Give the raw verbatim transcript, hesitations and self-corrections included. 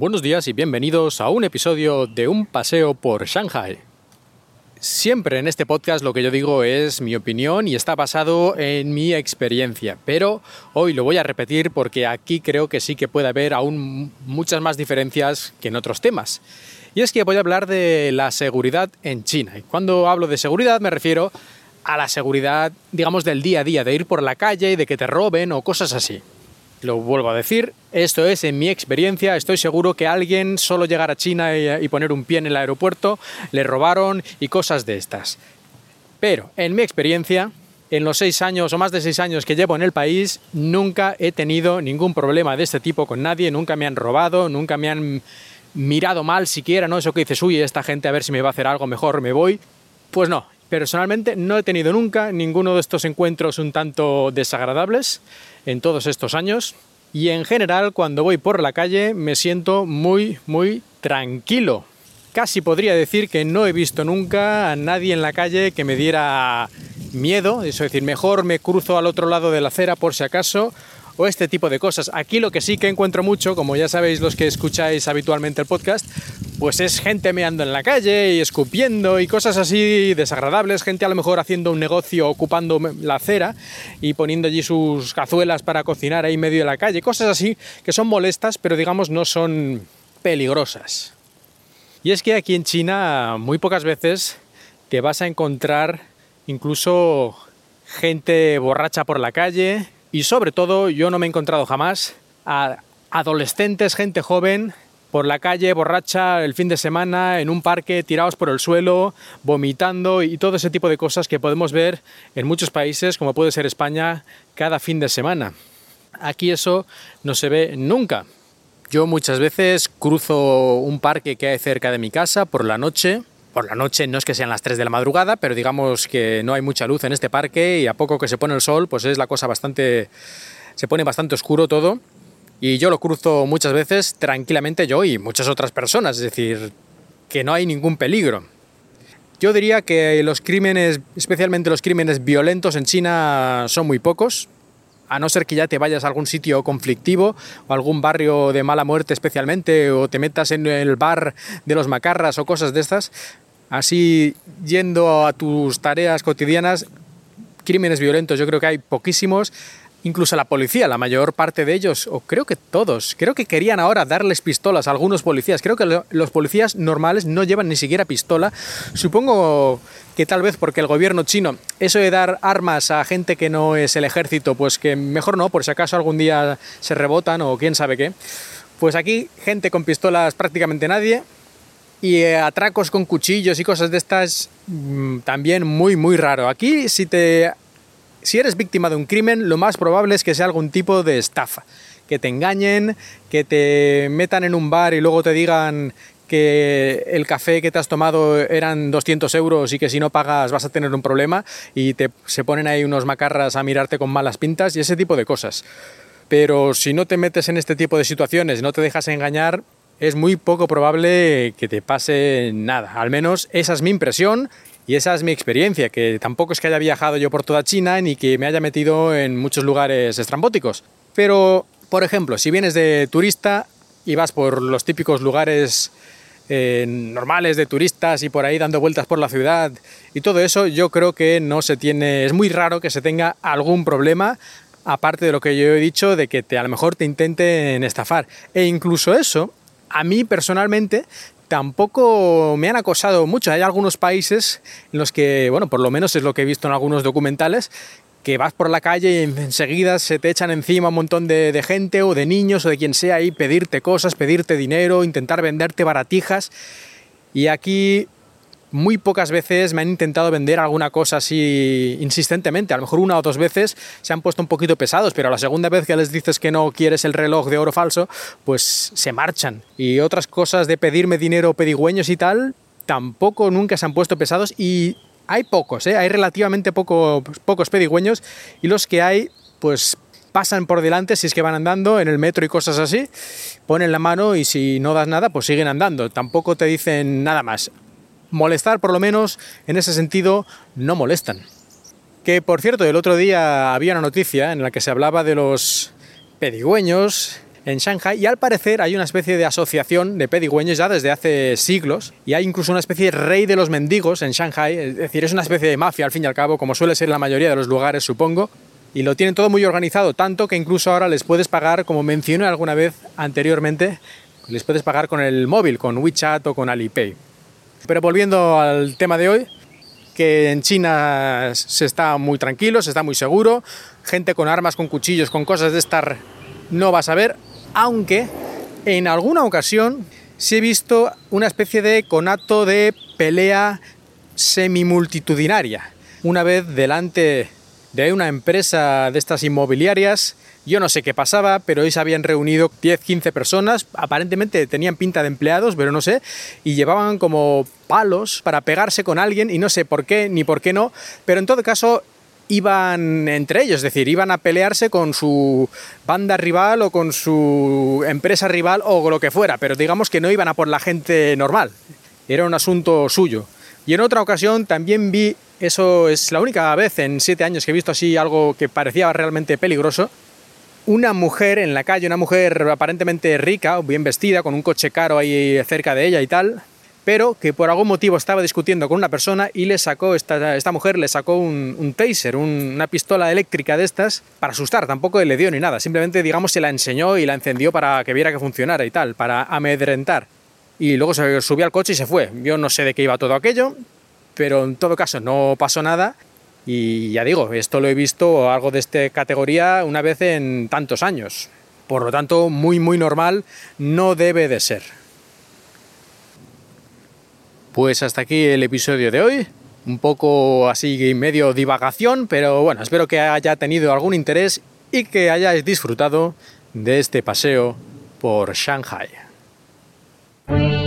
Buenos días y bienvenidos a un episodio de Un paseo por Shanghai. Siempre en este podcast lo que yo digo es mi opinión y está basado en mi experiencia, pero hoy lo voy a repetir porque aquí creo que sí que puede haber aún muchas más diferencias que en otros temas. Y es que voy a hablar de la seguridad en China. Y cuando hablo de seguridad me refiero a la seguridad, digamos, del día a día, de ir por la calle, de que te roben o cosas así. Lo vuelvo a decir, esto es en mi experiencia. Estoy seguro que alguien solo llegar a China y, y poner un pie en el aeropuerto le robaron y cosas de estas. Pero en mi experiencia, en los seis años o más de seis años que llevo en el país, nunca he tenido ningún problema de este tipo con nadie, nunca me han robado, nunca me han mirado mal siquiera, ¿no? Eso que dices, uy, esta gente a ver si me va a hacer algo mejor, me voy. Pues no, personalmente no he tenido nunca ninguno de estos encuentros un tanto desagradables en todos estos años, y en general cuando voy por la calle me siento muy muy tranquilo. Casi podría decir que no he visto nunca a nadie en la calle que me diera miedo, eso es decir, mejor me cruzo al otro lado de la acera por si acaso, o este tipo de cosas. Aquí lo que sí que encuentro mucho, como ya sabéis los que escucháis habitualmente el podcast, pues es gente meando en la calle y escupiendo y cosas así desagradables, gente a lo mejor haciendo un negocio ocupando la acera y poniendo allí sus cazuelas para cocinar ahí en medio de la calle, cosas así que son molestas pero digamos no son peligrosas. Y es que aquí en China muy pocas veces te vas a encontrar incluso gente borracha por la calle, y sobre todo yo no me he encontrado jamás a adolescentes, gente joven por la calle, borracha, el fin de semana, en un parque, tirados por el suelo, vomitando y todo ese tipo de cosas que podemos ver en muchos países, como puede ser España, cada fin de semana. Aquí eso no se ve nunca. Yo muchas veces cruzo un parque que hay cerca de mi casa por la noche. Por la noche no es que sean las tres de la madrugada, pero digamos que no hay mucha luz en este parque y a poco que se pone el sol, pues es la cosa bastante... se pone bastante oscuro todo. Y yo lo cruzo muchas veces tranquilamente, yo y muchas otras personas, es decir, que no hay ningún peligro. Yo diría que los crímenes, especialmente los crímenes violentos en China, son muy pocos, a no ser que ya te vayas a algún sitio conflictivo o algún barrio de mala muerte especialmente, o te metas en el bar de los macarras o cosas de estas. Así, yendo a tus tareas cotidianas, crímenes violentos yo creo que hay poquísimos. Incluso la policía, la mayor parte de ellos, o creo que todos, creo que querían ahora darles pistolas a algunos policías. Creo que lo, los policías normales no llevan ni siquiera pistola. Supongo que tal vez porque el gobierno chino, eso de dar armas a gente que no es el ejército, pues que mejor no, por si acaso algún día se rebotan o quién sabe qué. Pues aquí, gente con pistolas prácticamente nadie. Y eh, atracos con cuchillos y cosas de estas, mmm, también muy, muy raro. Aquí, si te... Si eres víctima de un crimen, lo más probable es que sea algún tipo de estafa. Que te engañen, que te metan en un bar y luego te digan que el café que te has tomado eran doscientos euros y que si no pagas vas a tener un problema, y te, se ponen ahí unos macarras a mirarte con malas pintas y ese tipo de cosas. Pero si no te metes en este tipo de situaciones, no te dejas engañar, es muy poco probable que te pase nada. Al menos esa es mi impresión. Y esa es mi experiencia, que tampoco es que haya viajado yo por toda China ni que me haya metido en muchos lugares estrambóticos. Pero, por ejemplo, si vienes de turista y vas por los típicos lugares eh, normales de turistas y por ahí dando vueltas por la ciudad y todo eso, yo creo que no se tiene, es muy raro que se tenga algún problema, aparte de lo que yo he dicho, de que te, a lo mejor te intenten estafar. E incluso eso, a mí personalmente, tampoco me han acosado mucho. Hay algunos países en los que, bueno, por lo menos es lo que he visto en algunos documentales, que vas por la calle y enseguida se te echan encima un montón de, de gente o de niños o de quien sea y pedirte cosas, pedirte dinero, intentar venderte baratijas. Y aquí muy pocas veces me han intentado vender alguna cosa así insistentemente. A lo mejor una o dos veces se han puesto un poquito pesados, pero la segunda vez que les dices que no quieres el reloj de oro falso, pues se marchan. Y otras cosas de pedirme dinero, pedigüeños y tal, tampoco nunca se han puesto pesados, y hay pocos, ¿eh? Hay relativamente poco, pocos pedigüeños, y los que hay, pues pasan por delante si es que van andando en el metro y cosas así, ponen la mano y si no das nada, pues siguen andando. Tampoco te dicen nada más. Molestar, por lo menos, en ese sentido, no molestan. Que, por cierto, el otro día había una noticia en la que se hablaba de los pedigüeños en Shanghai, y al parecer hay una especie de asociación de pedigüeños ya desde hace siglos, y hay incluso una especie de rey de los mendigos en Shanghai, es decir, es una especie de mafia al fin y al cabo, como suele ser en la mayoría de los lugares, supongo, y lo tienen todo muy organizado, tanto que incluso ahora les puedes pagar, como mencioné alguna vez anteriormente, les puedes pagar con el móvil, con WeChat o con Alipay. Pero volviendo al tema de hoy, que en China se está muy tranquilo, se está muy seguro, gente con armas, con cuchillos, con cosas de estar no vas a ver, aunque en alguna ocasión sí he visto una especie de conato de pelea semimultitudinaria. Una vez delante de una empresa de estas inmobiliarias, yo no sé qué pasaba, pero hoy se habían reunido diez quince personas, aparentemente tenían pinta de empleados, pero no sé, y llevaban como palos para pegarse con alguien, y no sé por qué ni por qué no, pero en todo caso iban entre ellos, es decir, iban a pelearse con su banda rival o con su empresa rival o lo que fuera, pero digamos que no iban a por la gente normal, era un asunto suyo. Y en otra ocasión también vi, eso es la única vez en siete años que he visto así algo que parecía realmente peligroso, una mujer en la calle, una mujer aparentemente rica, bien vestida, con un coche caro ahí cerca de ella y tal, pero que por algún motivo estaba discutiendo con una persona y le sacó, esta, esta mujer le sacó un, un taser, un, una pistola eléctrica de estas, para asustar, tampoco le dio ni nada, simplemente digamos se la enseñó y la encendió para que viera que funcionara y tal, para amedrentar. Y luego se subió al coche y se fue. Yo no sé de qué iba todo aquello, pero en todo caso no pasó nada. Y ya digo, esto lo he visto, algo de esta categoría, una vez en tantos años. Por lo tanto, muy muy normal no debe de ser. Pues hasta aquí el episodio de hoy. Un poco así medio divagación, pero bueno, espero que haya tenido algún interés y que hayáis disfrutado de este paseo por Shanghai.